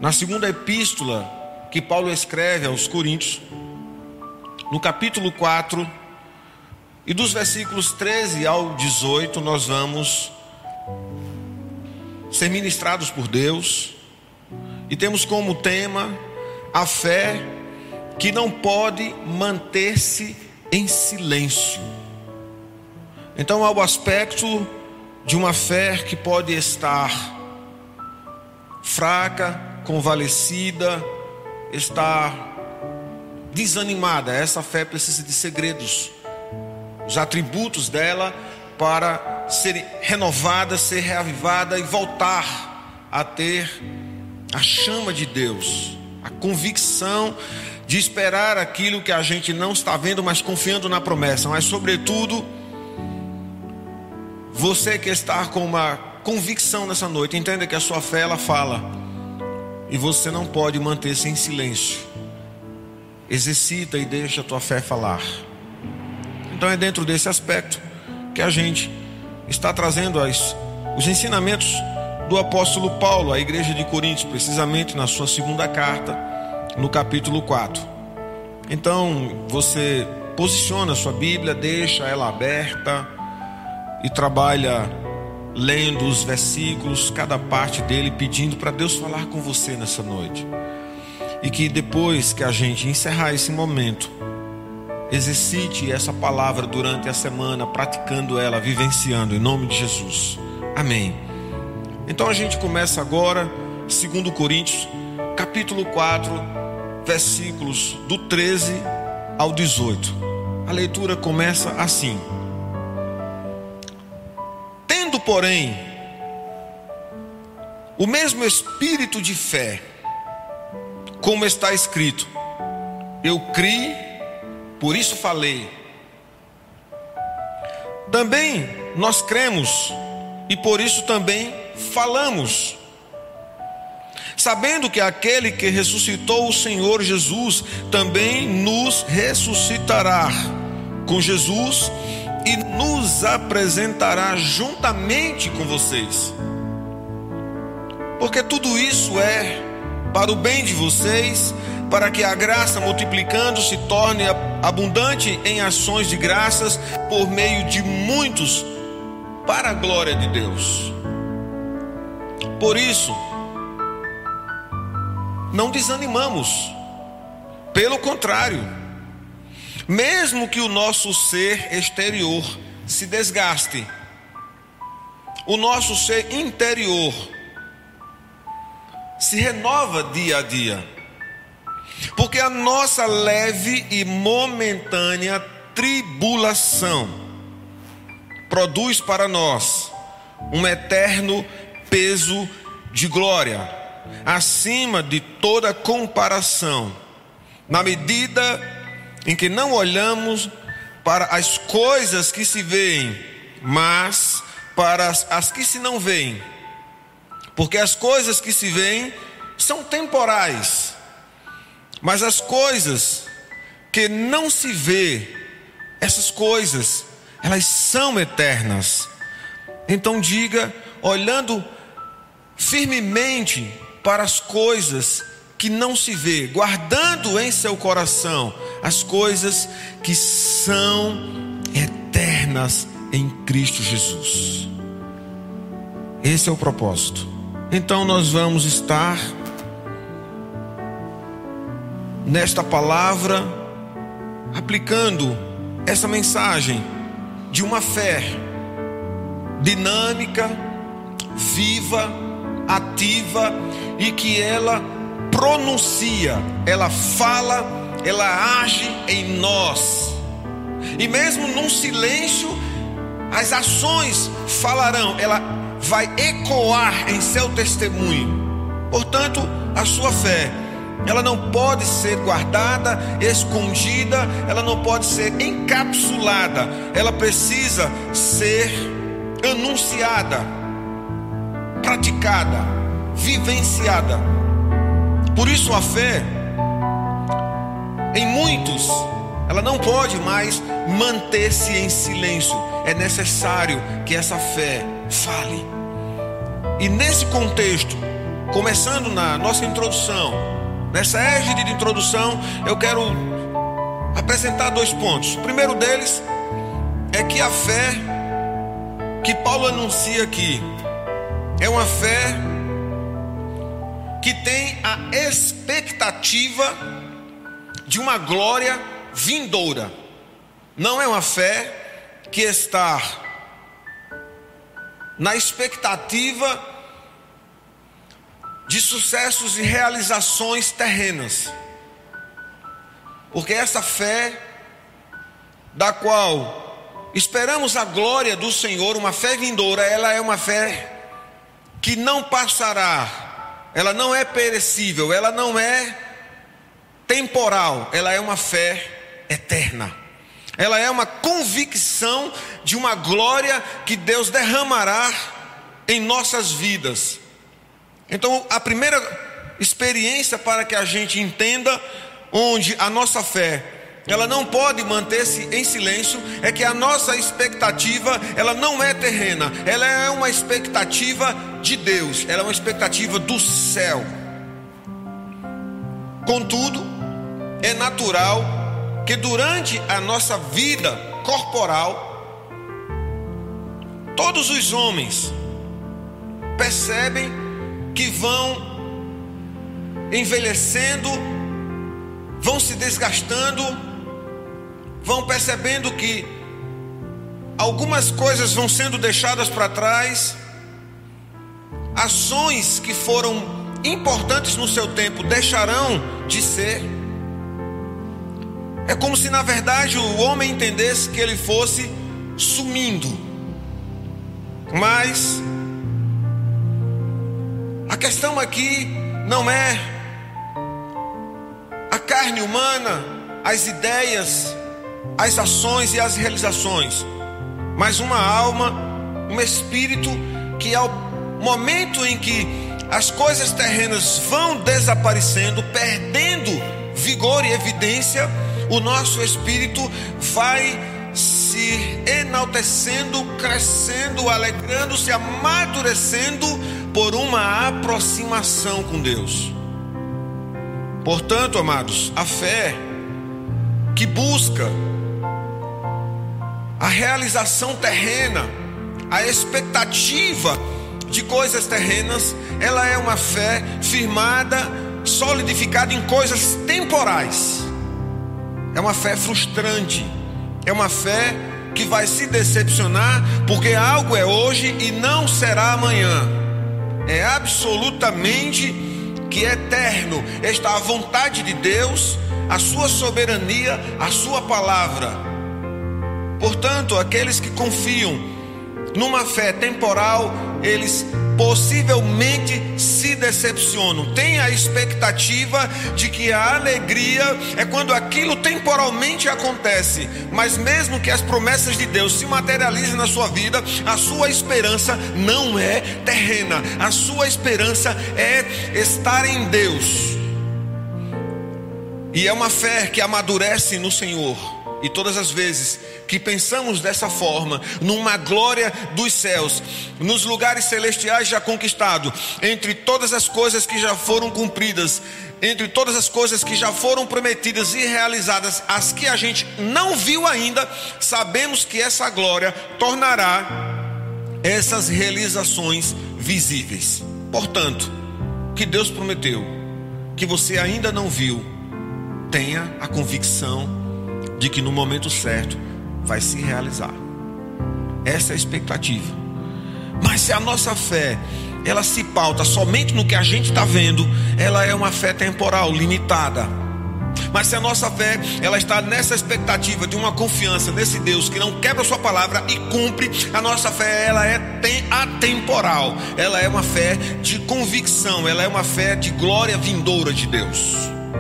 na segunda epístola que Paulo escreve aos Coríntios, no capítulo 4, e dos versículos 13 ao 18, nós vamos ser ministrados por Deus, e temos como tema a fé que não pode manter-se em silêncio. Então há o aspecto de uma fé que pode estar fraca, convalescida, estar desanimada. Essa fé precisa de segredos, os atributos dela, para ser renovada, ser reavivada e voltar a ter a chama de Deus, a convicção de esperar aquilo que a gente não está vendo, mas confiando na promessa. Mas sobretudo, você que está com uma convicção nessa noite, entenda que a sua fé, ela fala, e você não pode manter-se em silêncio. Exercita e deixa a tua fé falar. Então é dentro desse aspecto que a gente está trazendo os ensinamentos do apóstolo Paulo à igreja de Coríntios, precisamente na sua segunda carta, no capítulo 4. Então você posiciona a sua Bíblia, deixa ela aberta e trabalha lendo os versículos, cada parte dele, pedindo para Deus falar com você nessa noite. E que depois que a gente encerrar esse momento, exercite essa palavra durante a semana, praticando ela, vivenciando, em nome de Jesus. Amém. Então a gente começa agora, 2 Coríntios, capítulo 4, versículos do 13 ao 18. A leitura começa assim: tendo, porém, o mesmo espírito de fé, como está escrito, eu criei, por isso falei. Também nós cremos, e por isso também falamos, sabendo que aquele que ressuscitou o Senhor Jesus também nos ressuscitará com Jesus e nos apresentará juntamente com vocês. Porque tudo isso é para o bem de vocês, para que a graça, multiplicando, se torne abundante em ações de graças por meio de muitos, para a glória de Deus. Por isso, não desanimamos, pelo contrário, mesmo que o nosso ser exterior se desgaste, o nosso ser interior se renova dia a dia, porque a nossa leve e momentânea tribulação produz para nós um eterno peso de glória, acima de toda comparação, na medida em que não olhamos para as coisas que se veem, mas para as que se não veem. Porque as coisas que se veem são temporais, mas as coisas que não se vê, essas coisas, elas são eternas. Então diga, olhando firmemente para as coisas que não se vê, guardando em seu coração as coisas que são eternas em Cristo Jesus. Esse é o propósito. Então nós vamos estar nesta palavra aplicando essa mensagem de uma fé dinâmica, viva, ativa, e que ela pronuncia, ela fala, ela age em nós. E mesmo num silêncio, as ações falarão, ela vai ecoar em seu testemunho. Portanto, a sua fé, ela não pode ser guardada, escondida, ela não pode ser encapsulada, ela precisa ser anunciada, praticada, vivenciada. Por isso a fé, em muitos, ela não pode mais manter-se em silêncio. É necessário que essa fé fale. E nesse contexto, começando na nossa introdução, nessa égide de introdução, eu quero apresentar 2 pontos. O primeiro deles é que a fé que Paulo anuncia aqui é uma fé que tem a expectativa de uma glória vindoura. Não é uma fé que está na expectativa de sucessos e realizações terrenas. Porque essa fé, da qual esperamos a glória do Senhor, uma fé vindoura, ela é uma fé que não passará, ela não é perecível, ela não é temporal, ela é uma fé eterna. Ela é uma convicção de uma glória que Deus derramará em nossas vidas. Então, a primeira experiência para que a gente entenda onde a nossa fé, ela não pode manter-se em silêncio, é que a nossa expectativa, ela não é terrena, ela é uma expectativa de Deus, ela é uma expectativa do céu. Contudo, é natural que durante a nossa vida corporal, todos os homens percebem que vão envelhecendo, vão se desgastando, vão percebendo que algumas coisas vão sendo deixadas para trás, ações que foram importantes no seu tempo deixarão de ser. É como se na verdade o homem entendesse que ele fosse sumindo. Mas a questão aqui não é a carne humana, as ideias, as ações e as realizações, mas uma alma, um espírito que ao momento em que as coisas terrenas vão desaparecendo, perdendo vigor e evidência, o nosso espírito vai se enaltecendo, crescendo, alegrando-se, amadurecendo por uma aproximação com Deus. Portanto, amados, a fé que busca a realização terrena, a expectativa de coisas terrenas, ela é uma fé firmada, solidificada em coisas temporais. É uma fé frustrante, é uma fé que vai se decepcionar, porque algo é hoje e não será amanhã. É absolutamente que é eterno, está à vontade de Deus, a sua soberania, a sua palavra. Portanto, aqueles que confiam numa fé temporal, eles possivelmente se decepcionam. Tem a expectativa de que a alegria é quando aquilo temporalmente acontece, mas mesmo que as promessas de Deus se materializem na sua vida, a sua esperança não é terrena, a sua esperança é estar em Deus. E é uma fé que amadurece no Senhor. E todas as vezes que pensamos dessa forma, numa glória dos céus, nos lugares celestiais já conquistados, entre todas as coisas que já foram cumpridas, entre todas as coisas que já foram prometidas e realizadas, as que a gente não viu ainda, sabemos que essa glória tornará essas realizações visíveis. Portanto, o que Deus prometeu, que você ainda não viu, tenha a convicção de que no momento certo vai se realizar. Essa é a expectativa. Mas se a nossa fé, ela se pauta somente no que a gente está vendo, ela é uma fé temporal, limitada. Mas se a nossa fé, ela está nessa expectativa de uma confiança nesse Deus que não quebra a sua palavra e cumpre, a nossa fé, ela é atemporal. Ela é uma fé de convicção, ela é uma fé de glória vindoura de Deus.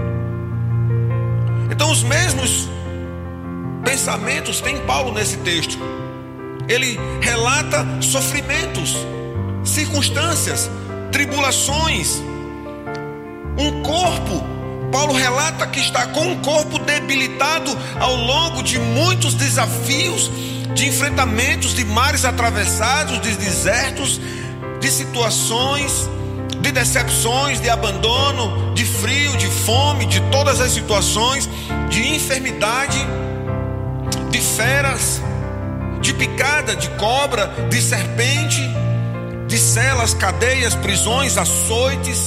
Então os mesmos pensamentos tem Paulo nesse texto. Ele relata sofrimentos, circunstâncias, tribulações, um corpo. Paulo relata que está com um corpo debilitado ao longo de muitos desafios, de enfrentamentos, de mares atravessados, de desertos, de situações, de de decepções, de abandono, de frio, de fome, de todas as situações, de enfermidade, de feras, de picada, de cobra, de serpente, de celas, cadeias, prisões, açoites,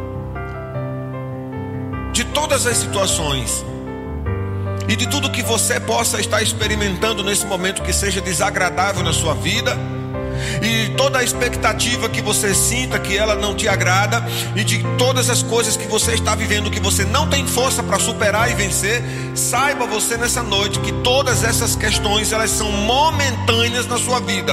de todas as situações e de tudo que você possa estar experimentando nesse momento que seja desagradável na sua vida, e toda a expectativa que você sinta que ela não te agrada, e de todas as coisas que você está vivendo que você não tem força para superar e vencer. Saiba você nessa noite que todas essas questões, elas são momentâneas na sua vida.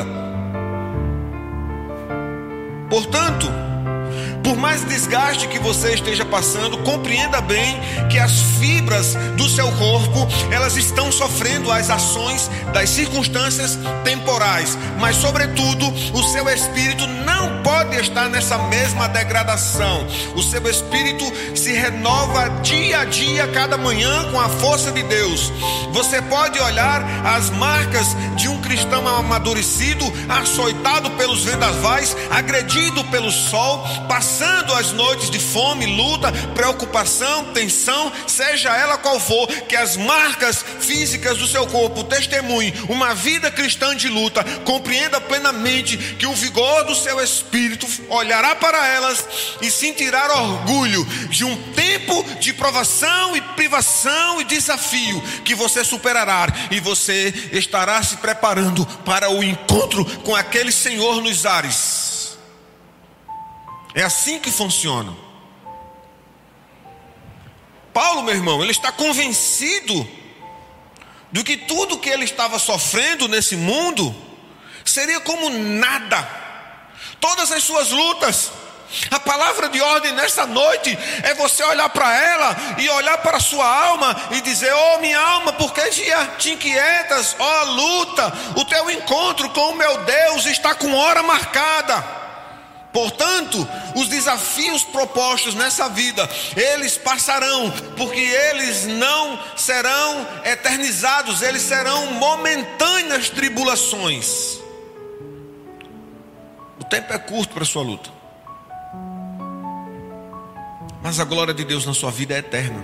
Portanto, por mais desgaste que você esteja passando, compreenda bem que as fibras do seu corpo, elas estão sofrendo as ações das circunstâncias temporais, mas sobretudo o seu espírito não pode estar nessa mesma degradação. O seu espírito se renova dia a dia, cada manhã, com a força de Deus. Você pode olhar as marcas de um cristão amadurecido, açoitado pelos vendavais, agredido pelo sol, passando as noites de fome, luta, preocupação, tensão, seja ela qual for, que as marcas físicas do seu corpo testemunhem uma vida cristã de luta. Compreenda plenamente que o vigor do seu espírito olhará para elas e sentirá orgulho de um tempo de provação e privação e desafio que você superará, e você estará se preparando para o encontro com aquele Senhor nos ares. É assim que funciona. Paulo, meu irmão, ele está convencido de que tudo que ele estava sofrendo nesse mundo seria como nada. Todas as suas lutas. A palavra de ordem nessa noite é você olhar para ela e olhar para a sua alma e dizer: oh minha alma, por que te inquietas? Ó luta, o teu encontro com o meu Deus está com hora marcada. Portanto, os desafios propostos nessa vida, eles passarão, porque eles não serão eternizados, eles serão momentâneas tribulações. O tempo é curto para a sua luta, mas a glória de Deus na sua vida é eterna.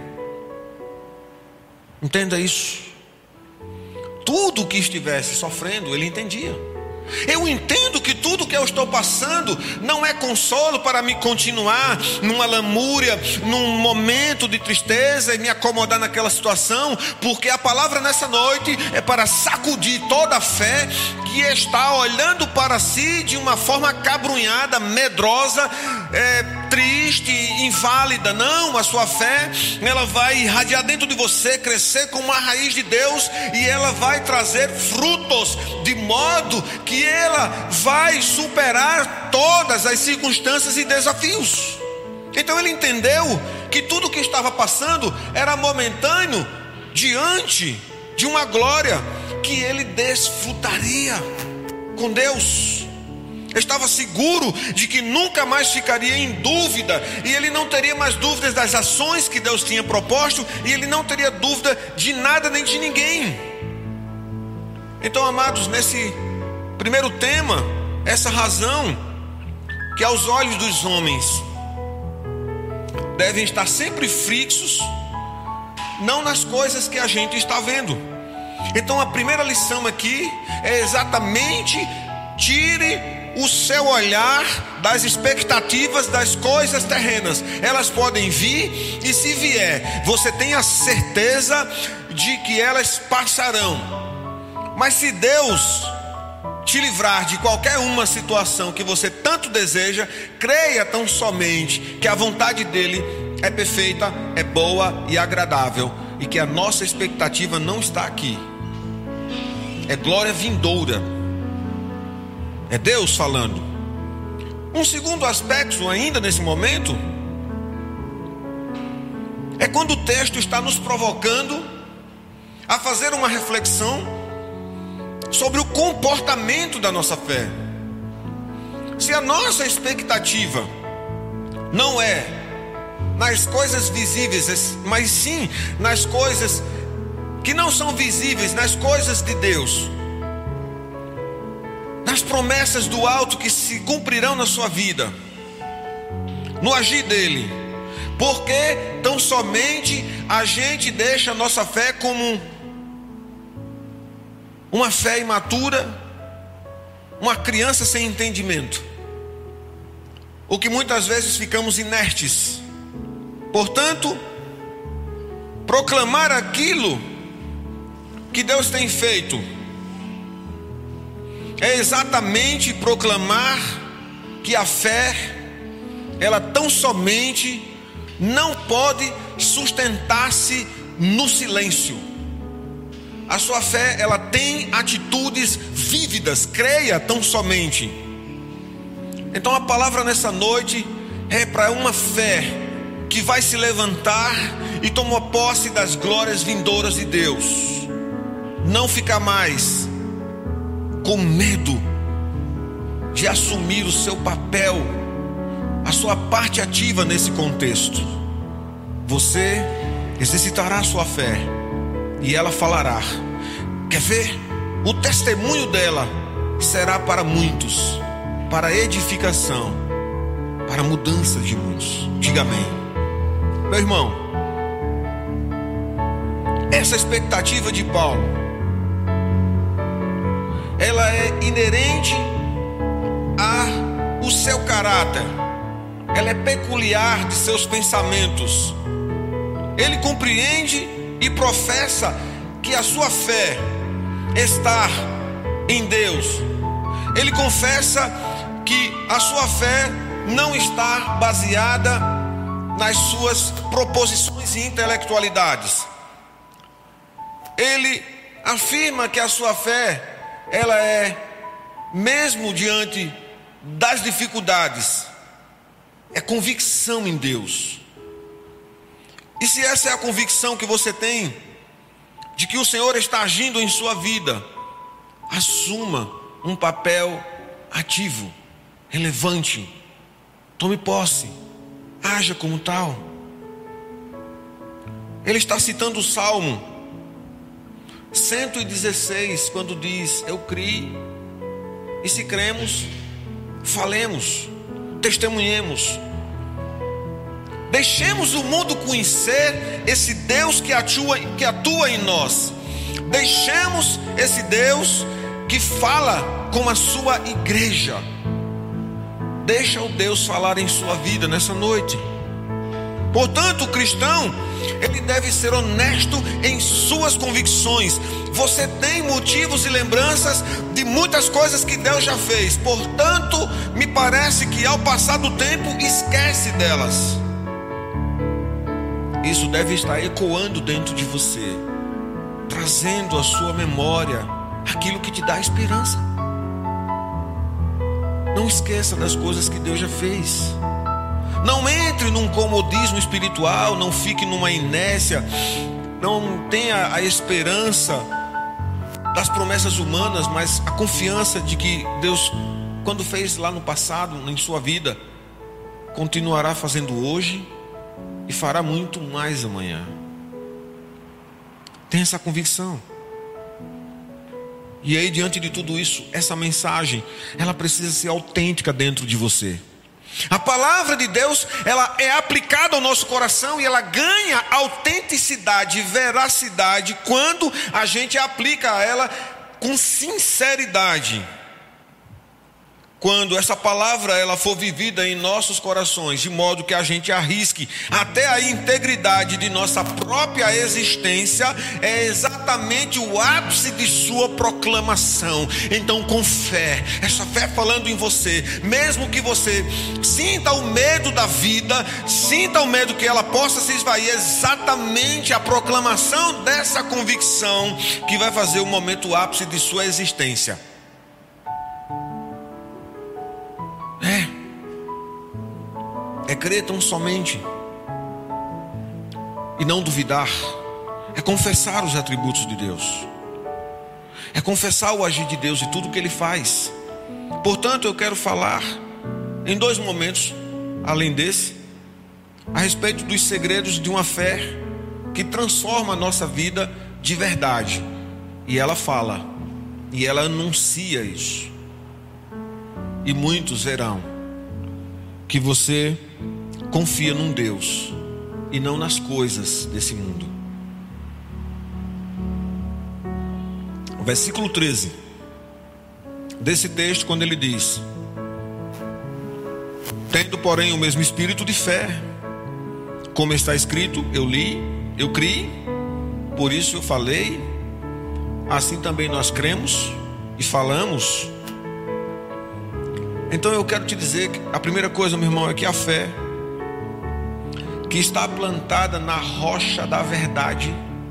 Entenda isso. Tudo o que estivesse sofrendo, ele entendia. Eu entendo que tudo que eu estou passando não é consolo para me continuar numa lamúria, num momento de tristeza e me acomodar naquela situação, porque a palavra nessa noite é para sacudir toda a fé que está olhando para si de uma forma cabrunhada, medrosa, triste, inválida. Não, a sua fé, ela vai irradiar dentro de você, crescer como uma raiz de Deus, e ela vai trazer frutos, de modo que ela vai superar todas as circunstâncias e desafios. Então ele entendeu que tudo que estava passando era momentâneo diante de uma glória que ele desfrutaria com Deus. Estava seguro de que nunca mais ficaria em dúvida, e ele não teria mais dúvidas das ações que Deus tinha proposto, e ele não teria dúvida de nada nem de ninguém. Então, amados, nesse primeiro tema, essa razão que aos olhos dos homens devem estar sempre fixos, não nas coisas que a gente está vendo. Então a primeira lição aqui é exatamente: tire o seu olhar das expectativas das coisas terrenas. Elas podem vir, e se vier, você tem a certeza de que elas passarão. Mas se Deus te livrar de qualquer uma situação que você tanto deseja, creia tão somente que a vontade dele é perfeita, é boa e agradável, e que a nossa expectativa não está aqui, é glória vindoura, é Deus falando. Um segundo aspecto ainda nesse momento é quando o texto está nos provocando a fazer uma reflexão sobre o comportamento da nossa fé. Se a nossa expectativa não é nas coisas visíveis, mas sim nas coisas que não são visíveis, nas coisas de Deus, nas promessas do alto que se cumprirão na sua vida, no agir dele. Porque tão somente a gente deixa a nossa fé como uma fé imatura, uma criança sem entendimento, o que muitas vezes ficamos inertes. Portanto, proclamar aquilo que Deus tem feito é exatamente proclamar que a fé, ela tão somente não pode sustentar-se no silêncio. A sua fé, ela tem atitudes vívidas, creia tão somente. Então a palavra nessa noite é para uma fé que vai se levantar e tomar posse das glórias vindouras de Deus. Não ficar mais com medo de assumir o seu papel, a sua parte ativa nesse contexto. Você exercitará a sua fé e ela falará. Quer ver? O testemunho dela será para muitos, para edificação, para mudança de muitos. Diga amém. Meu irmão, essa expectativa de Paulo, ela é inerente ao seu caráter, ela é peculiar de seus pensamentos. Ele compreende e professa que a sua fé está em Deus. Ele confessa que a sua fé não está baseada nas suas proposições e intelectualidades. Ele afirma que a sua fé, ela é, mesmo diante das dificuldades, é convicção em Deus. E se essa é a convicção que você tem de que o Senhor está agindo em sua vida, assuma um papel ativo, relevante. Tome posse, haja como tal. Ele está citando o Salmo 116, quando diz: eu criei, e se cremos, falemos, testemunhemos. Deixemos o mundo conhecer esse Deus que atua em nós. Deixemos esse Deus que fala com a sua igreja. Deixa o Deus falar em sua vida nessa noite. Portanto, o cristão, ele deve ser honesto em suas convicções. Você tem motivos e lembranças de muitas coisas que Deus já fez. Portanto, me parece que ao passar do tempo, esquece delas. Isso deve estar ecoando dentro de você, trazendo à sua memória aquilo que te dá esperança. Não esqueça das coisas que Deus já fez. Não entre num comodismo espiritual, não fique numa inércia, não tenha a esperança das promessas humanas, mas a confiança de que Deus, quando fez lá no passado, em sua vida, continuará fazendo hoje e fará muito mais amanhã. Tenha essa convicção. E aí, diante de tudo isso, essa mensagem, ela precisa ser autêntica dentro de você. A palavra de Deus, ela é aplicada ao nosso coração e ela ganha autenticidade e veracidade quando a gente aplica ela com sinceridade. Quando essa palavra ela for vivida em nossos corações, de modo que a gente arrisque até a integridade de nossa própria existência, é exatamente o ápice de sua proclamação. Então, com fé, essa fé falando em você, mesmo que você sinta o medo da vida, sinta o medo que ela possa se esvair, é exatamente a proclamação dessa convicção que vai fazer o momento ápice de sua existência. É crer tão somente e não duvidar. É confessar os atributos de Deus. É confessar o agir de Deus e tudo que Ele faz. Portanto, eu quero falar em dois momentos, além desse, a respeito dos segredos de uma fé que transforma a nossa vida de verdade. E ela fala, e ela anuncia isso. E muitos verão que você confia num Deus e não nas coisas desse mundo. O versículo 13 desse texto, quando ele diz: tendo porém o mesmo espírito de fé, como está escrito, eu li, eu criei, por isso eu falei, assim também nós cremos e falamos. Então eu quero te dizer que a primeira coisa, meu irmão, é que a fé que está plantada na rocha da verdade,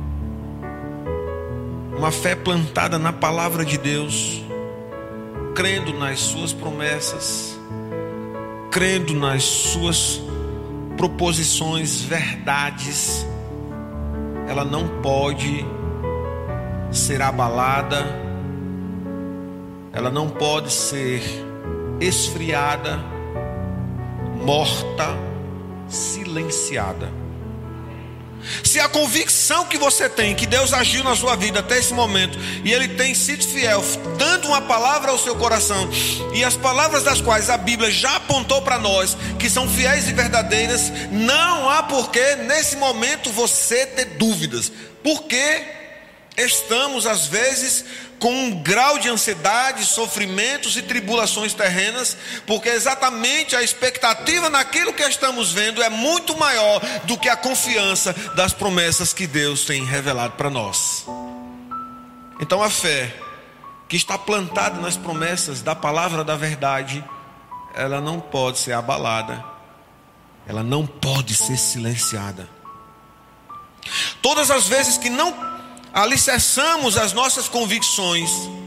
uma fé plantada na palavra de Deus, crendo nas suas promessas, crendo nas suas proposições, verdades, ela não pode ser abalada, ela não pode ser esfriada, morta, silenciada. Se a convicção que você tem que Deus agiu na sua vida até esse momento, e Ele tem sido fiel, dando uma palavra ao seu coração, e as palavras das quais a Bíblia já apontou para nós, que são fiéis e verdadeiras, não há porquê nesse momento você ter dúvidas. Porque estamos às vezes com um grau de ansiedade, sofrimentos e tribulações terrenas, porque exatamente a expectativa naquilo que estamos vendo é muito maior do que a confiança das promessas que Deus tem revelado para nós. Então a fé que está plantada nas promessas da palavra da verdade, ela não pode ser abalada, ela não pode ser silenciada. Todas as vezes que não alicerçamos as nossas convicções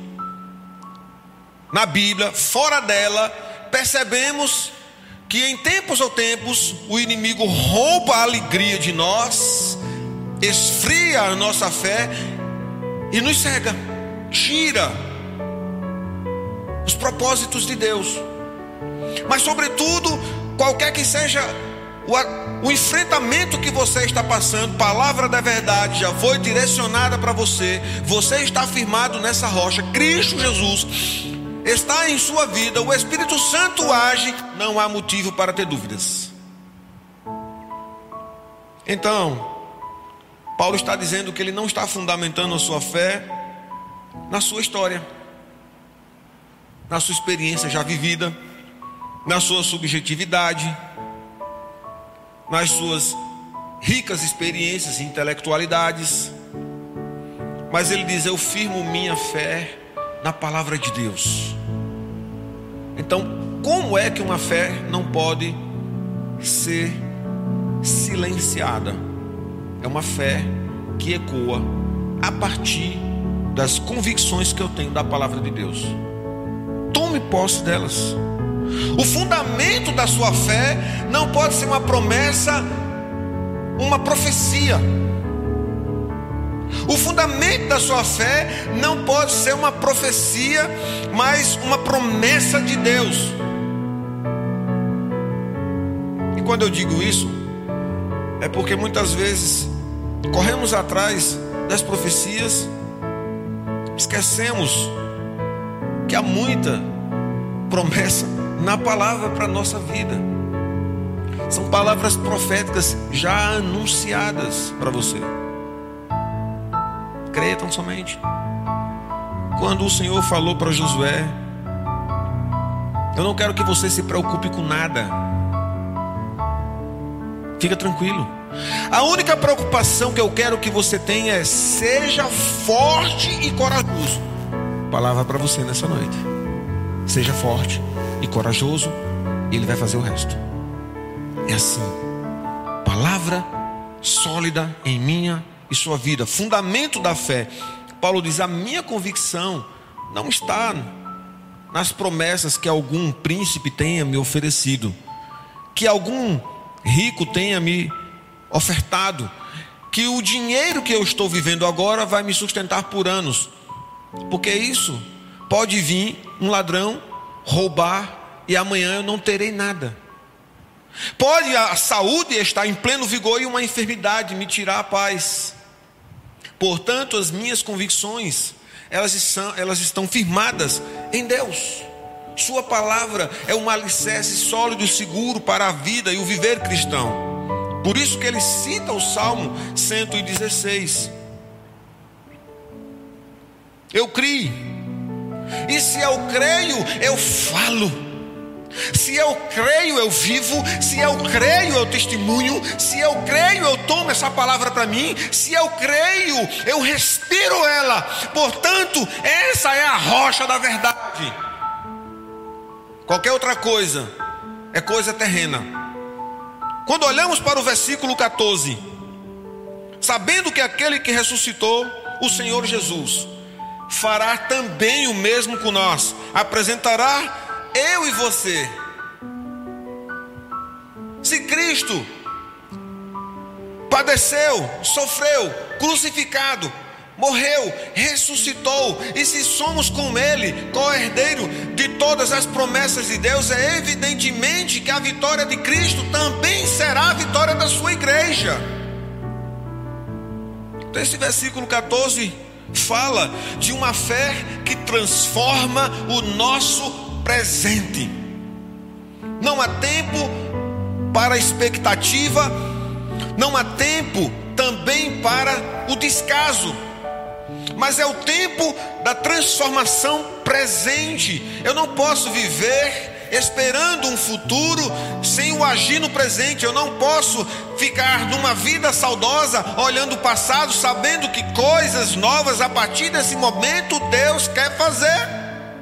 na Bíblia, fora dela, percebemos que em tempos ou tempos o inimigo rouba a alegria de nós, esfria a nossa fé e nos cega, tira os propósitos de Deus. Mas sobretudo, qualquer que seja o enfrentamento que você está passando, palavra da verdade já foi direcionada para você, você está firmado nessa rocha, Cristo Jesus está em sua vida, o Espírito Santo age, não há motivo para ter dúvidas. Então, Paulo está dizendo que ele não está fundamentando a sua fé na sua história, na sua experiência já vivida, na sua subjetividade, nas suas ricas experiências e intelectualidades, mas ele diz: eu firmo minha fé na palavra de Deus. Então, como é que uma fé não pode ser silenciada? É uma fé que ecoa a partir das convicções que eu tenho da palavra de Deus. Tome posse delas. O fundamento da sua fé não pode ser uma promessa, uma profecia. O fundamento da sua fé não pode ser uma profecia, mas uma promessa de Deus. E quando eu digo isso, é porque muitas vezes corremos atrás das profecias, esquecemos que há muita promessa na palavra para a nossa vida. São palavras proféticas já anunciadas para você. Creia tão somente. Quando o Senhor falou para Josué: eu não quero que você se preocupe com nada, fica tranquilo. A única preocupação que eu quero que você tenha é: seja forte e corajoso. Palavra para você nessa noite. Seja forte e corajoso, e Ele vai fazer o resto. É assim. Palavra sólida em minha e sua vida, fundamento da fé. Paulo diz: a minha convicção não está nas promessas que algum príncipe tenha me oferecido, que algum rico tenha me ofertado, que o dinheiro que eu estou vivendo agora vai me sustentar por anos, porque isso pode vir um ladrão roubar e amanhã eu não terei nada. Pode a saúde estar em pleno vigor e uma enfermidade me tirar a paz. Portanto, as minhas convicções, elas estão firmadas em Deus. Sua palavra é um alicerce sólido e seguro para a vida e o viver cristão. Por isso que ele cita o Salmo 116. Eu criei, e se eu creio, eu falo. Se eu creio, eu vivo. Se eu creio, eu testemunho. Se eu creio, eu tomo essa palavra para mim. Se eu creio, eu respiro ela. Portanto, essa é a rocha da verdade. Qualquer outra coisa é coisa terrena. Quando olhamos para o versículo 14, sabendo que aquele que ressuscitou o Senhor Jesus fará também o mesmo com nós, apresentará eu e você. Se Cristo padeceu, sofreu, crucificado, morreu, ressuscitou, e se somos com Ele co-herdeiro de todas as promessas de Deus, é evidentemente que a vitória de Cristo também será a vitória da sua igreja. Então esse versículo 14 fala de uma fé que transforma o nosso presente. Não há tempo para expectativa, não há tempo também para o descaso, mas é o tempo da transformação presente. Eu não posso viver esperando um futuro sem o agir no presente. Eu não posso ficar numa vida saudosa olhando o passado, sabendo que coisas novas a partir desse momento Deus quer fazer.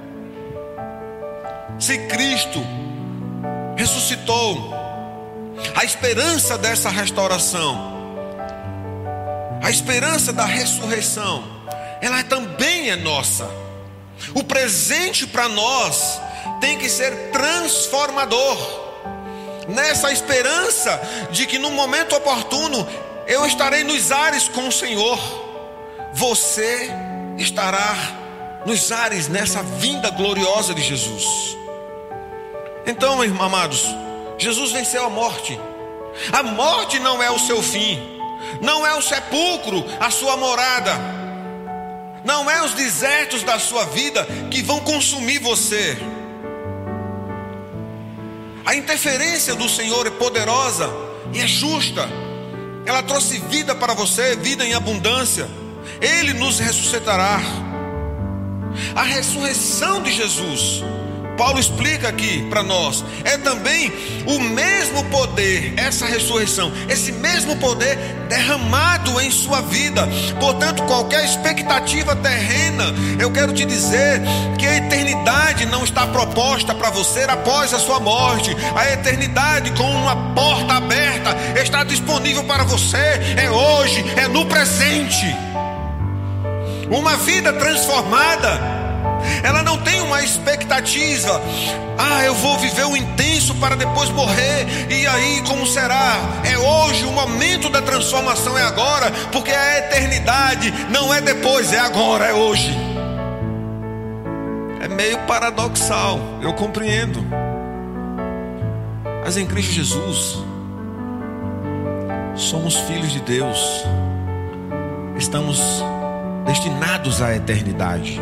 Se Cristo ressuscitou, a esperança dessa restauração, a esperança da ressurreição, ela também é nossa. O presente para nós tem que ser transformador, nessa esperança de que no momento oportuno eu estarei nos ares com o Senhor. Você estará nos ares nessa vinda gloriosa de Jesus. Então, amados, Jesus venceu a morte. A morte não é o seu fim, não é o sepulcro a sua morada, não é os desertos da sua vida que vão consumir você. A interferência do Senhor é poderosa e é justa. Ela trouxe vida para você, vida em abundância. Ele nos ressuscitará. A ressurreição de Jesus, Paulo explica aqui para nós, é também o mesmo poder, essa ressurreição, esse mesmo poder derramado em sua vida. Portanto, qualquer expectativa terrena, eu quero te dizer que a eternidade não está proposta para você após a sua morte. A eternidade, com uma porta aberta, está disponível para você. É hoje, é no presente. Uma vida transformada, ela não tem uma expectativa. Eu vou viver o intenso para depois morrer, e aí como será? É hoje, o momento da transformação é agora, porque a eternidade não é depois, é agora, é hoje. É meio paradoxal, eu compreendo, mas em Cristo Jesus somos filhos de Deus, estamos destinados à eternidade.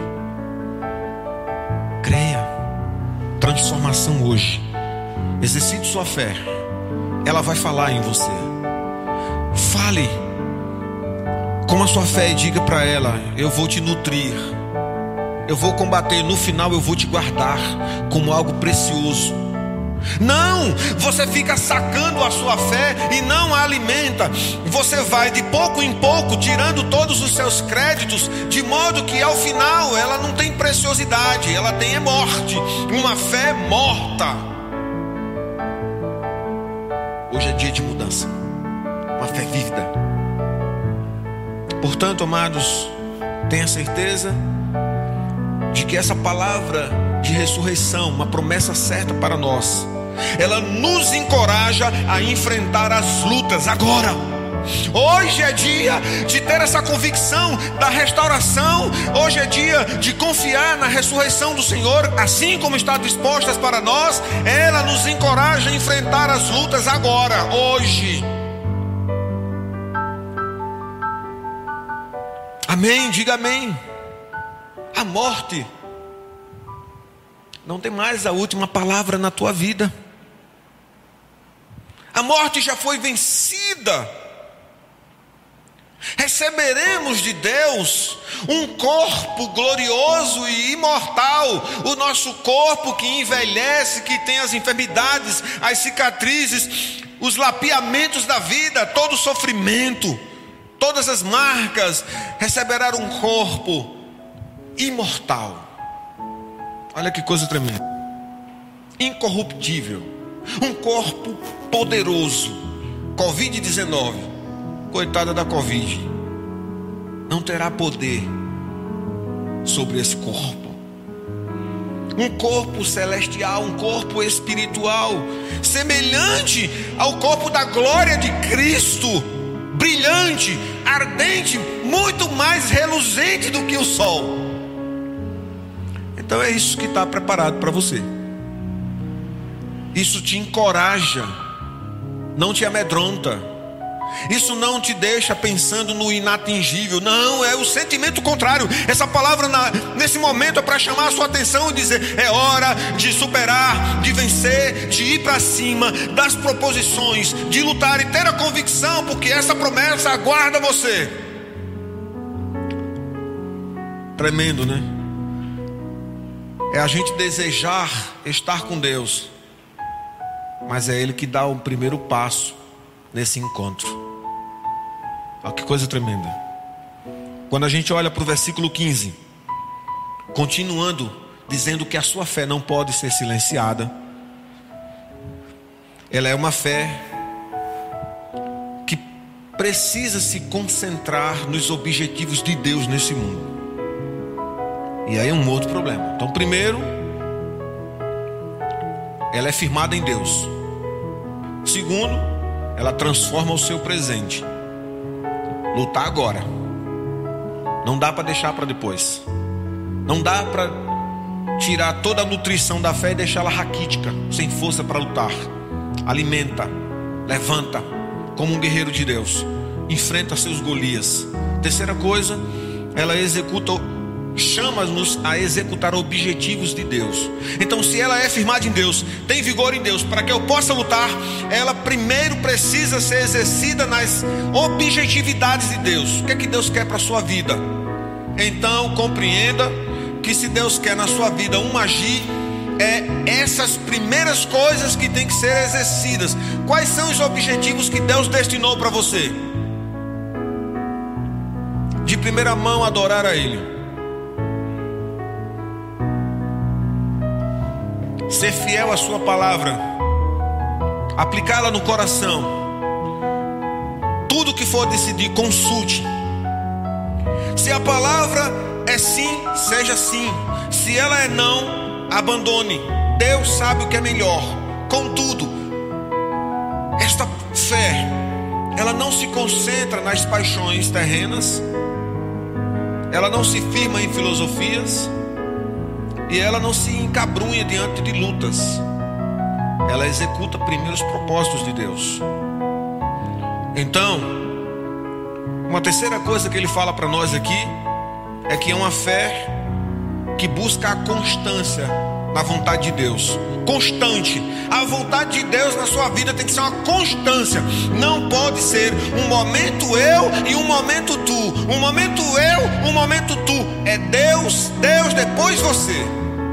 Creia, transformação hoje. Exercite sua fé, ela vai falar em você. Fale com a sua fé e diga para ela: eu vou te nutrir, eu vou combater, no final eu vou te guardar como algo precioso. Não, você fica sacando a sua fé e não a alimenta. Você vai de pouco em pouco tirando todos os seus créditos, de modo que ao final ela não tem preciosidade, ela tem morte, uma fé morta. Hoje é dia de mudança, uma fé vívida. Portanto, amados, tenha certeza de que essa palavra de ressurreição, uma promessa certa para nós, ela nos encoraja a enfrentar as lutas agora. Hoje é dia de ter essa convicção da restauração. Hoje é dia de confiar na ressurreição do Senhor, assim como está disposta para nós. Ela nos encoraja a enfrentar as lutas agora, hoje. Amém, diga amém. A morte não tem mais a última palavra na tua vida. A morte já foi vencida. Receberemos de Deus um corpo glorioso e imortal. O nosso corpo que envelhece, que tem as enfermidades, as cicatrizes, os lapiamentos da vida, todo o sofrimento, todas as marcas, receberá um corpo imortal. Olha que coisa tremenda. Incorruptível. Um corpo poderoso. Covid-19. Coitada da Covid. Não terá poder sobre esse corpo. Um corpo celestial, um corpo espiritual, semelhante ao corpo da glória de Cristo. Brilhante, ardente, muito mais reluzente do que o sol. Então é isso que está preparado para você. Isso te encoraja, não te amedronta. Isso não te deixa pensando no inatingível. Não, é o sentimento contrário. Essa palavra nesse momento é para chamar a sua atenção e dizer: é hora de superar, de vencer, de ir para cima das proposições, de lutar e ter a convicção, porque essa promessa aguarda você. Tremendo, né? É a gente desejar estar com Deus, mas é Ele que dá o primeiro passo nesse encontro. Olha que coisa tremenda. Quando a gente olha para o versículo 15, continuando, dizendo que a sua fé não pode ser silenciada. Ela é uma fé que precisa se concentrar nos objetivos de Deus nesse mundo. E aí é um outro problema. Então, primeiro, ela é firmada em Deus. Segundo, ela transforma o seu presente. Lutar agora. Não dá para deixar para depois. Não dá para tirar toda a nutrição da fé e deixá-la raquítica, sem força para lutar. Alimenta, levanta como um guerreiro de Deus. Enfrenta seus Golias. Terceira coisa, ela chama-nos a executar objetivos de Deus. Então, se ela é firmada em Deus, tem vigor em Deus, para que eu possa lutar, ela primeiro precisa ser exercida nas objetividades de Deus. O que é que Deus quer para a sua vida? Então, compreenda que se Deus quer na sua vida um agir, é essas primeiras coisas que tem que ser exercidas. Quais são os objetivos que Deus destinou para você? De primeira mão, adorar a Ele. Ser fiel à sua palavra, aplicá-la no coração. Tudo que for decidir, consulte. Se a palavra é sim, seja sim. Se ela é não, abandone. Deus sabe o que é melhor. Contudo, esta fé, ela não se concentra nas paixões terrenas, ela não se firma em filosofias, e ela não se encabrunha diante de lutas. Ela executa primeiro os propósitos de Deus. Então, uma terceira coisa que ele fala para nós aqui é que é uma fé que busca a constância na vontade de Deus. Constante. A vontade de Deus na sua vida tem que ser uma constância. Não pode ser um momento eu e um momento tu. Um momento eu, um momento tu. É Deus, Deus, depois você.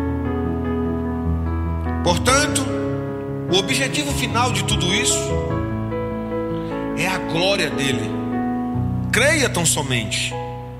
Portanto, o objetivo final de tudo isso é a glória dele. Creia tão somente.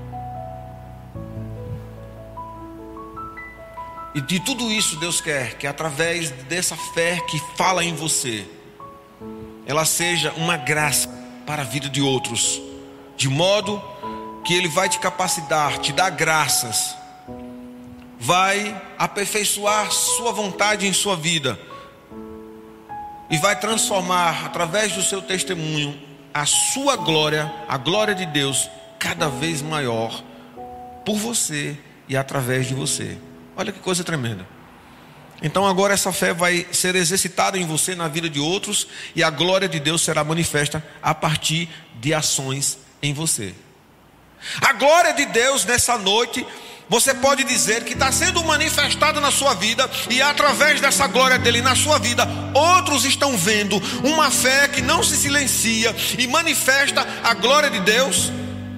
E de tudo isso Deus quer que através dessa fé que fala em você, ela seja uma graça para a vida de outros, de modo que Ele vai te capacitar, te dar graças, vai aperfeiçoar sua vontade em sua vida e vai transformar através do seu testemunho a sua glória, a glória de Deus cada vez maior por você e através de você. Olha que coisa tremenda. Então agora essa fé vai ser exercitada em você, na vida de outros, e a glória de Deus será manifesta a partir de ações em você. A glória de Deus nessa noite Você pode dizer que está sendo manifestado na sua vida, e através dessa glória dele na sua vida, outros estão vendo uma fé que não se silencia e manifesta a glória de Deus?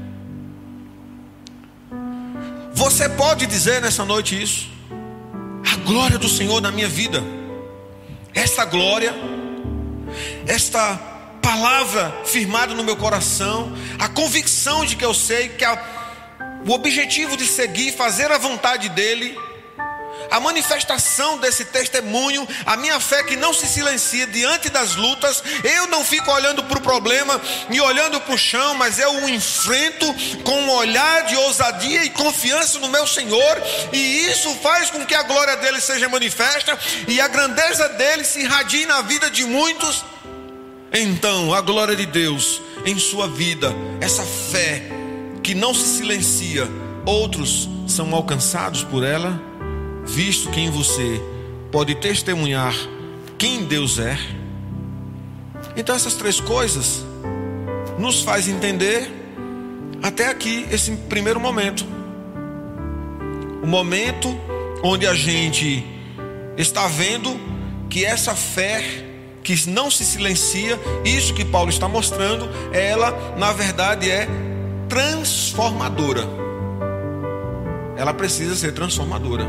Você pode dizer nessa noite isso? A glória do Senhor na minha vida, essa glória, esta palavra firmada no meu coração, a convicção de que eu sei que o objetivo de seguir, fazer a vontade dele, a manifestação desse testemunho, a minha fé que não se silencia diante das lutas. Eu não fico olhando para o problema e olhando para o chão, mas eu o enfrento com um olhar de ousadia e confiança no meu Senhor, e isso faz com que a glória dele seja manifesta e a grandeza dele se irradie na vida de muitos. Então a glória de Deus em sua vida, essa fé que não se silencia, outros são alcançados por ela, visto que em você pode testemunhar quem Deus é. Então essas três coisas nos faz entender até aqui esse primeiro momento, o momento onde a gente está vendo que essa fé que não se silencia, isso que Paulo está mostrando, ela na verdade é transformadora. Ela precisa ser transformadora.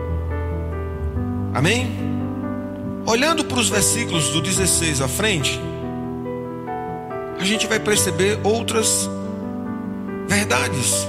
Amém? Olhando para os versículos do 16 à frente, a gente vai perceber outras verdades.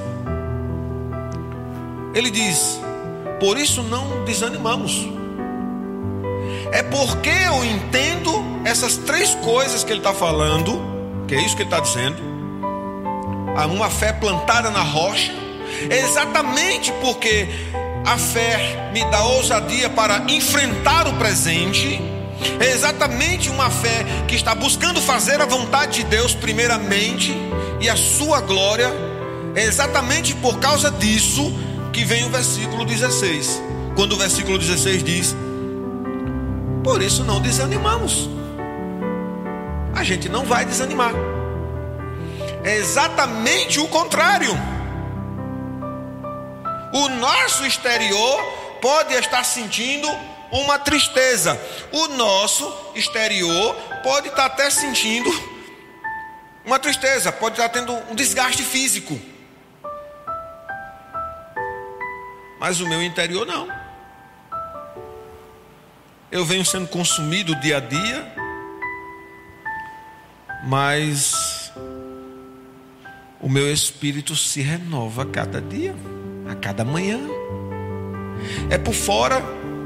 Ele diz: por isso não desanimamos. É porque eu entendo essas três coisas que ele está falando, que é isso que ele está dizendo. Há uma fé plantada na rocha, exatamente porque a fé me dá ousadia para enfrentar o presente. É exatamente uma fé que está buscando fazer a vontade de Deus primeiramente e a sua glória. É exatamente por causa disso que vem o versículo 16, quando o versículo 16 diz: por isso não desanimamos. A gente não vai desanimar. É exatamente o contrário. O nosso exterior pode estar sentindo uma tristeza. O nosso exterior pode estar até sentindo uma tristeza, pode estar tendo um desgaste físico. Mas o meu interior não. Eu venho sendo consumido dia a dia, mas o meu espírito se renova a cada dia, a cada manhã. É por fora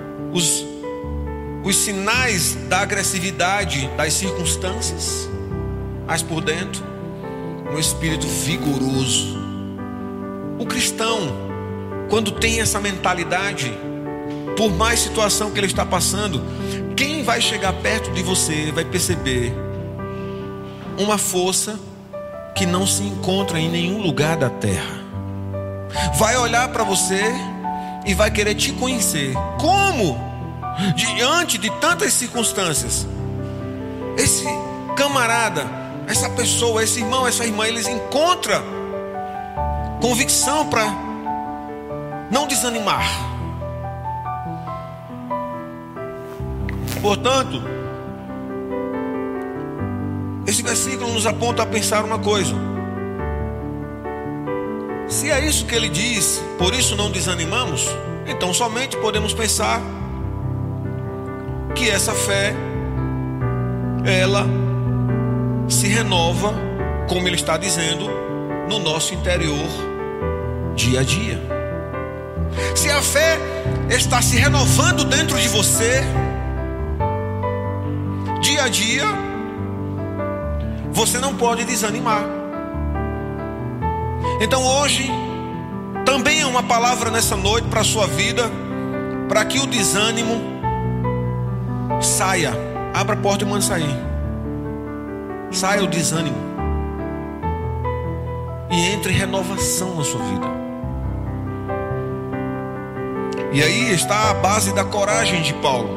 os sinais da agressividade das circunstâncias, mas por dentro um espírito vigoroso. O cristão, quando tem essa mentalidade, por mais situação que ele está passando, quem vai chegar perto de você vai perceber uma força que não se encontra em nenhum lugar da terra. Vai olhar para você e vai querer te conhecer. Como? Diante de tantas circunstâncias, esse camarada, essa pessoa, esse irmão, essa irmã, eles encontram convicção para não desanimar. Portanto, esse versículo nos aponta a pensar uma coisa. Se é isso que ele diz, por isso não desanimamos, então somente podemos pensar que essa fé, ela se renova, como ele está dizendo, no nosso interior, dia a dia. Se a fé está se renovando dentro de você, dia a dia, você não pode desanimar. Então hoje também é uma palavra nessa noite para a sua vida, para que o desânimo saia. Abra a porta e mande sair. Saia o desânimo e entre renovação na sua vida. E aí está a base da coragem de Paulo.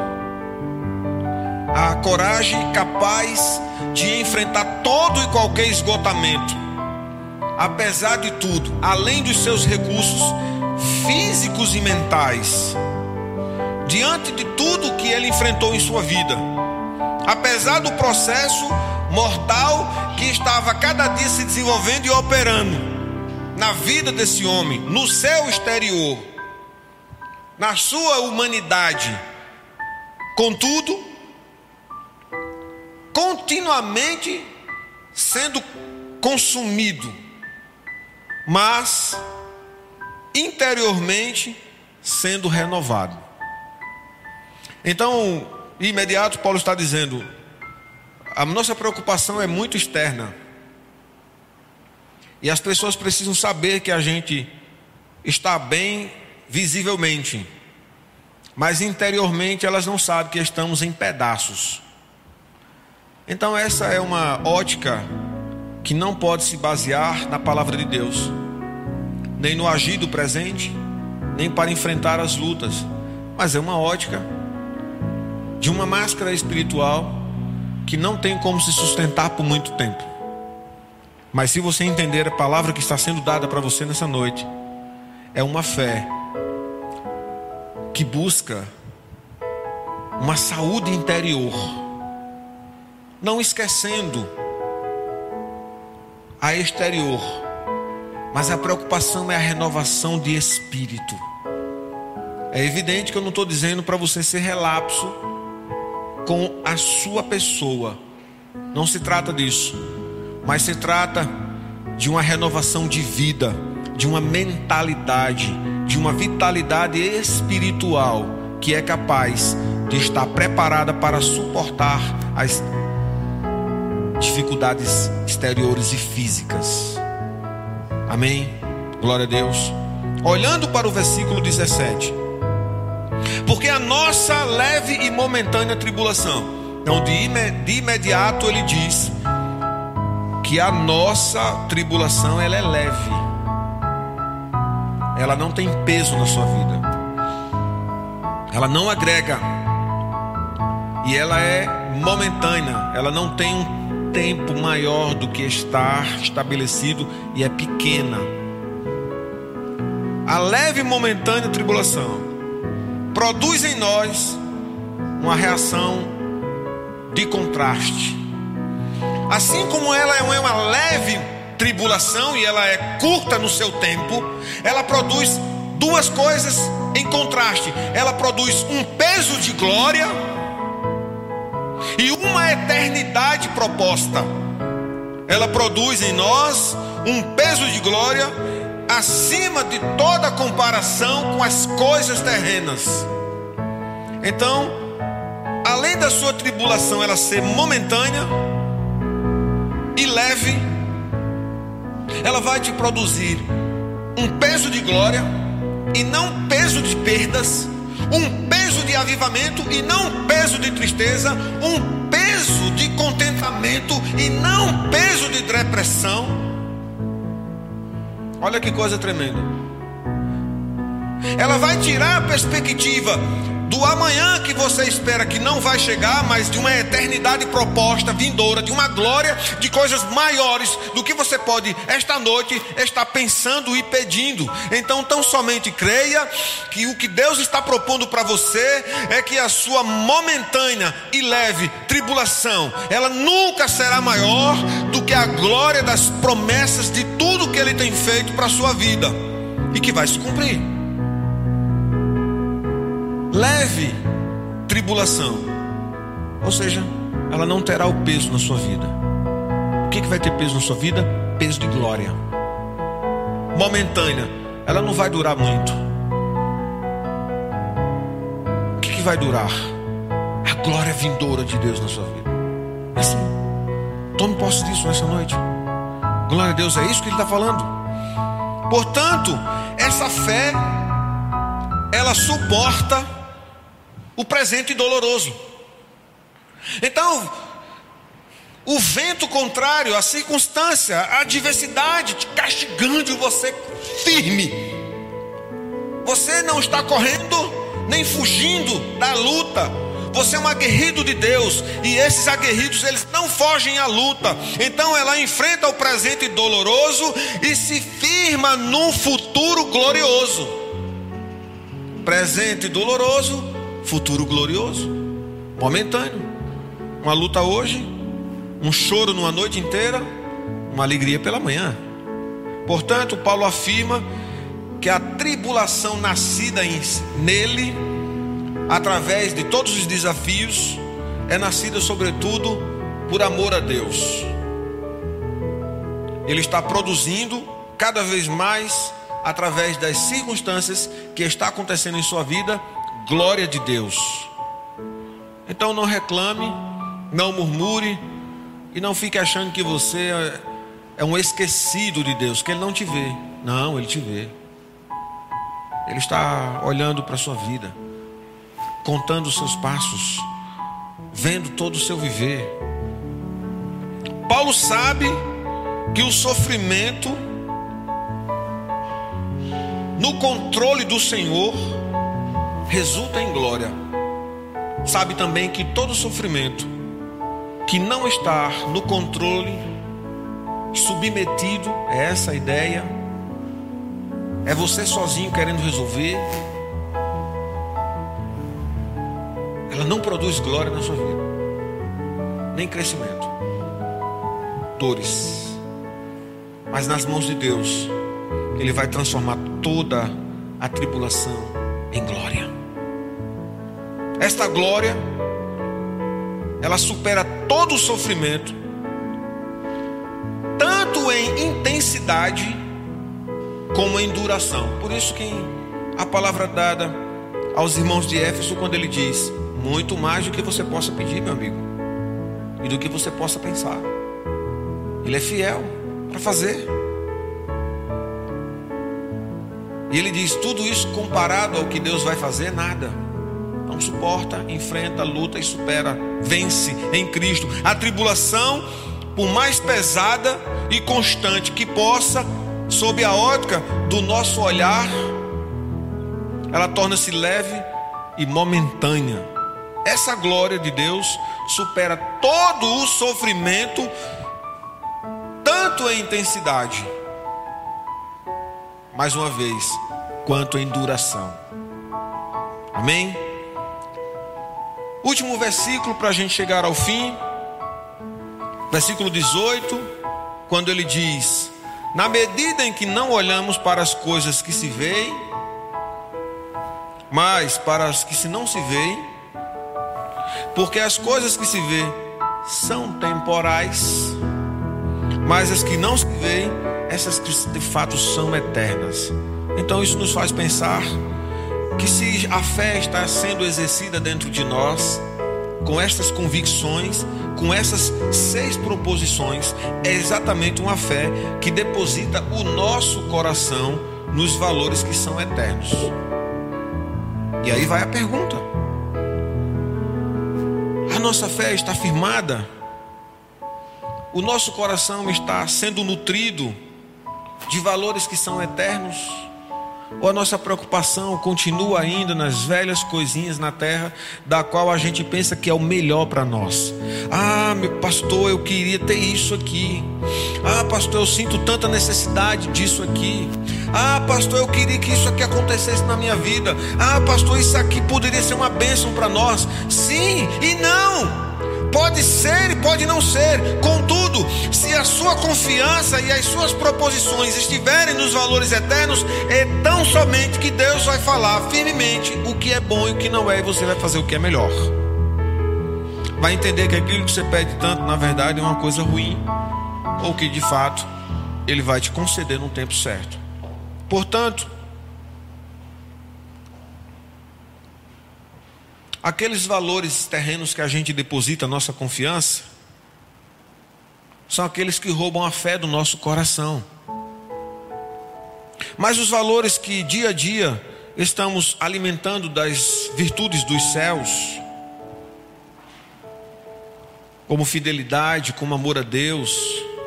A coragem capaz de enfrentar todo e qualquer esgotamento. Apesar de tudo, além dos seus recursos físicos e mentais, diante de tudo que ele enfrentou em sua vida. Apesar do processo mortal que estava cada dia se desenvolvendo e operando na vida desse homem, no seu exterior, na sua humanidade, contudo, continuamente sendo consumido, mas interiormente sendo renovado. Então, de imediato, Paulo está dizendo: a nossa preocupação é muito externa, e as pessoas precisam saber que a gente está bem visivelmente, mas interiormente elas não sabem que estamos em pedaços. Então essa é uma ótica que não pode se basear na palavra de Deus, nem no agir do presente, nem para enfrentar as lutas, mas é uma ótica de uma máscara espiritual que não tem como se sustentar por muito tempo. Mas se você entender a palavra que está sendo dada para você nessa noite, é uma fé que busca uma saúde interior, não esquecendo a exterior, mas a preocupação é a renovação de espírito. É evidente que eu não estou dizendo para você ser relapso com a sua pessoa, não se trata disso, mas se trata de uma renovação de vida, de uma mentalidade, de uma vitalidade espiritual que é capaz de estar preparada para suportar as dificuldades exteriores e físicas. Amém? Glória a Deus. Olhando para o versículo 17: porque a nossa leve e momentânea tribulação. Então de imediato ele diz que a nossa tribulação ela é leve, ela não tem peso na sua vida, ela não agrega, e ela é momentânea, ela não tem um tempo maior do que está estabelecido e é pequena. A leve e momentânea tribulação produz em nós uma reação de contraste. Assim como ela é uma leve tribulação e ela é curta no seu tempo, ela produz duas coisas em contraste. Ela produz um peso de glória e uma eternidade proposta. Ela produz em nós um peso de glória acima de toda comparação com as coisas terrenas. Então, além da sua tribulação ela ser momentânea e leve, ela vai te produzir um peso de glória e não peso de perdas, um peso de avivamento e não peso de tristeza, um peso de contentamento e não peso de depressão. Olha que coisa tremenda. Ela vai tirar a perspectiva do amanhã que você espera que não vai chegar, mas de uma eternidade proposta, vindoura, de uma glória, de coisas maiores do que você pode esta noite estar pensando e pedindo. Então tão somente creia que o que Deus está propondo para você é que a sua momentânea e leve tribulação, ela nunca será maior do que a glória das promessas de tudo que Ele tem feito para a sua vida e que vai se cumprir. Leve tribulação, ou seja, ela não terá o peso na sua vida. O que vai ter peso na sua vida? Peso de glória. Momentânea, ela não vai durar muito. O que vai durar? A glória vindoura de Deus na sua vida. Assim, tome posse disso nessa noite. Glória a Deus, é isso que Ele está falando. Portanto, essa fé, ela suporta o presente doloroso. Então, o vento contrário, a circunstância, a adversidade te castigando, você firme. Você não está correndo nem fugindo da luta. Você é um aguerrido de Deus, e esses aguerridos, eles não fogem à luta. Então ela enfrenta o presente doloroso e se firma num futuro glorioso. presente doloroso, futuro glorioso. Momentâneo. Uma luta hoje, um choro numa noite inteira, uma alegria pela manhã. Portanto, Paulo afirma que a tribulação nascida nele, através de todos os desafios, é nascida sobretudo por amor a Deus. Ele está produzindo cada vez mais, através das circunstâncias que está acontecendo em sua vida, glória de Deus. Então não reclame, não murmure e não fique achando que você é um esquecido de Deus, que Ele não te vê. Não, Ele te vê. Ele está olhando para a sua vida, contando os seus passos, vendo todo o seu viver. Paulo sabe que o sofrimento no controle do Senhor resulta em glória. Sabe também que todo sofrimento que não está no controle, submetido, é essa a ideia, é você sozinho querendo resolver, ela não produz glória na sua vida, nem crescimento, dores. Mas nas mãos de Deus, Ele vai transformar toda a tribulação em glória. Esta glória, ela supera todo o sofrimento, tanto em intensidade como em duração. Por isso que a palavra dada aos irmãos de Éfeso, quando ele diz: muito mais do que você possa pedir, meu amigo, e do que você possa pensar. Ele é fiel para fazer. E ele diz: tudo isso comparado ao que Deus vai fazer, nada. Então suporta, enfrenta, luta e supera, vence em Cristo a tribulação, por mais pesada e constante que possa, sob a ótica do nosso olhar, ela torna-se leve e momentânea. Essa glória de Deus supera todo o sofrimento, tanto em intensidade, mais uma vez, quanto em duração. Amém? Último versículo para a gente chegar ao fim. Versículo 18, quando ele diz: na medida em que não olhamos para as coisas que se veem, mas para as que se não se veem, porque as coisas que se veem são temporais, mas as que não se veem, essas que de fato são eternas. Então isso nos faz pensar que se a fé está sendo exercida dentro de nós, com estas convicções, com essas 6 proposições, é exatamente uma fé que deposita o nosso coração nos valores que são eternos. E aí vai a pergunta: a nossa fé está firmada? O nosso coração está sendo nutrido de valores que são eternos? Ou a nossa preocupação continua ainda nas velhas coisinhas na terra, da qual a gente pensa que é o melhor para nós? Ah, meu pastor, eu queria ter isso aqui. Ah, pastor, eu sinto tanta necessidade disso aqui. Ah, pastor, eu queria que isso aqui acontecesse na minha vida. Ah, pastor, isso aqui poderia ser uma bênção para nós. Sim e não. Pode ser e pode não ser. Contudo, se a sua confiança e as suas proposições estiverem nos valores eternos, é tão somente que Deus vai falar firmemente o que é bom e o que não é, e você vai fazer o que é melhor. Vai entender que aquilo que você pede tanto, na verdade, é uma coisa ruim, ou que de fato Ele vai te conceder no tempo certo. Portanto, aqueles valores terrenos que a gente deposita a nossa confiança são aqueles que roubam a fé do nosso coração. Mas os valores que dia a dia estamos alimentando das virtudes dos céus, como fidelidade, como amor a Deus,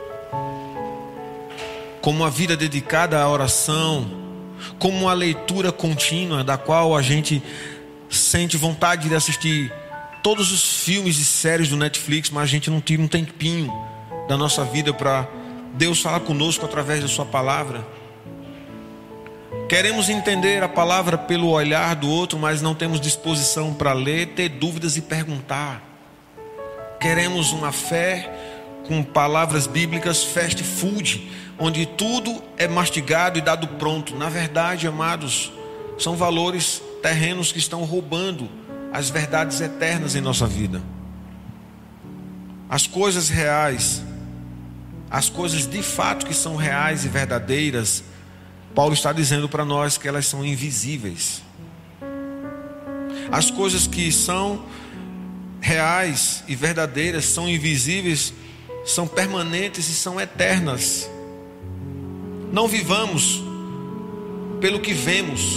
como uma vida dedicada à oração, como uma leitura contínua, da qual a gente sente vontade de assistir todos os filmes e séries do Netflix, mas a gente não tira um tempinho da nossa vida para Deus falar conosco através da sua palavra. Queremos entender a palavra pelo olhar do outro, mas não temos disposição para ler, ter dúvidas e perguntar. Queremos uma fé com palavras bíblicas fast food, onde tudo é mastigado e dado pronto. Na verdade, amados, são valores terrenos que estão roubando as verdades eternas em nossa vida. As coisas reais, as coisas de fato que são reais e verdadeiras, Paulo está dizendo para nós que elas são invisíveis. As coisas que são reais e verdadeiras, são invisíveis, são permanentes e são eternas. Não vivamos pelo que vemos.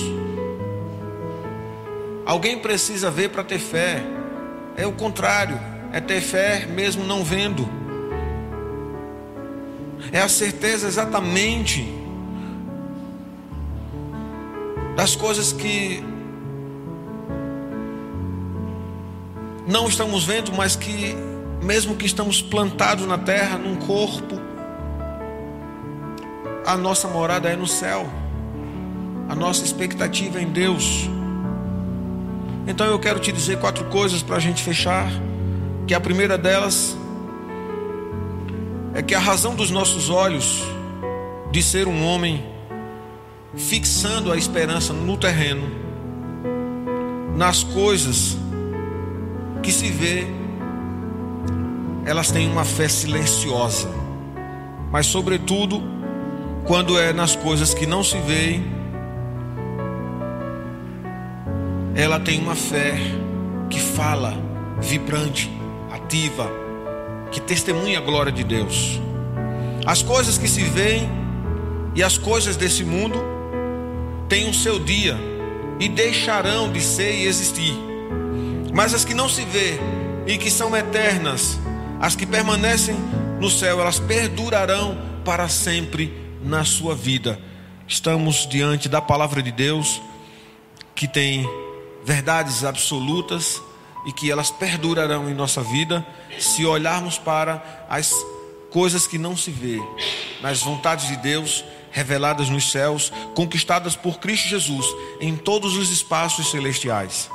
Alguém precisa ver para ter fé. É o contrário, é ter fé mesmo não vendo. É a certeza exatamente das coisas que não estamos vendo, mas que mesmo que estamos plantados na terra, num corpo, a nossa morada é no céu. A nossa expectativa é em Deus. Então eu quero te dizer 4 coisas para a gente fechar. Que a primeira delas é que a razão dos nossos olhos de ser um homem fixando a esperança no terreno, nas coisas que se vê, elas têm uma fé silenciosa. Mas sobretudo, quando é nas coisas que não se veem, ela tem uma fé que fala, vibrante, ativa, que testemunha a glória de Deus. As coisas que se veem e as coisas desse mundo têm o seu dia e deixarão de ser e existir. Mas as que não se vê e que são eternas, as que permanecem no céu, elas perdurarão para sempre na sua vida. Estamos diante da palavra de Deus, que tem verdades absolutas e que elas perdurarão em nossa vida, se olharmos para as coisas que não se vê, nas vontades de Deus reveladas nos céus, conquistadas por Cristo Jesus em todos os espaços celestiais.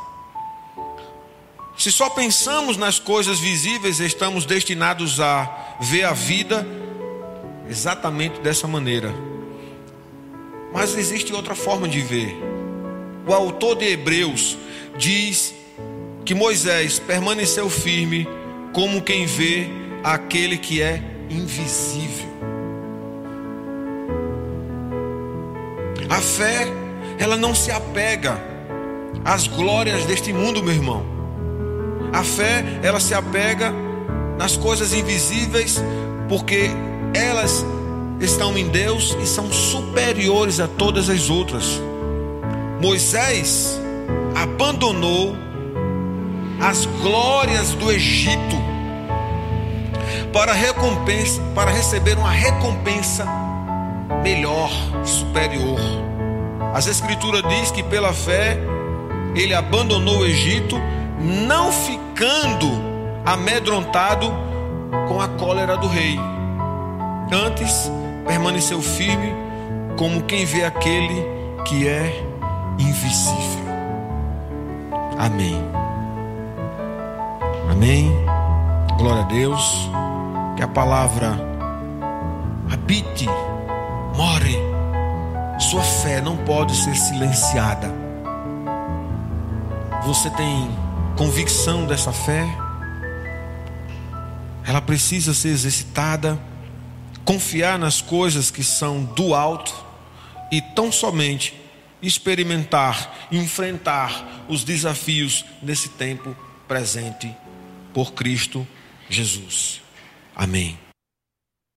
Se só pensamos nas coisas visíveis, estamos destinados a ver a vida exatamente dessa maneira. Mas existe outra forma de ver. O autor de Hebreus diz que Moisés permaneceu firme como quem vê aquele que é invisível. A fé, ela não se apega às glórias deste mundo, meu irmão. A fé, ela se apega nas coisas invisíveis, porque elas estão em Deus e são superiores a todas as outras. Moisés abandonou as glórias do Egito para receber uma recompensa melhor, superior. As Escrituras diz que pela fé ele abandonou o Egito, não ficando amedrontado com a cólera do rei. Antes permaneceu firme como quem vê aquele que é invisível. Amém. Amém. Glória a Deus. Que a palavra habite, more. Sua fé não pode ser silenciada. Você tem convicção dessa fé? Ela precisa ser exercitada. Confiar nas coisas que são do alto e tão somente experimentar, enfrentar os desafios nesse tempo presente por Cristo Jesus. Amém.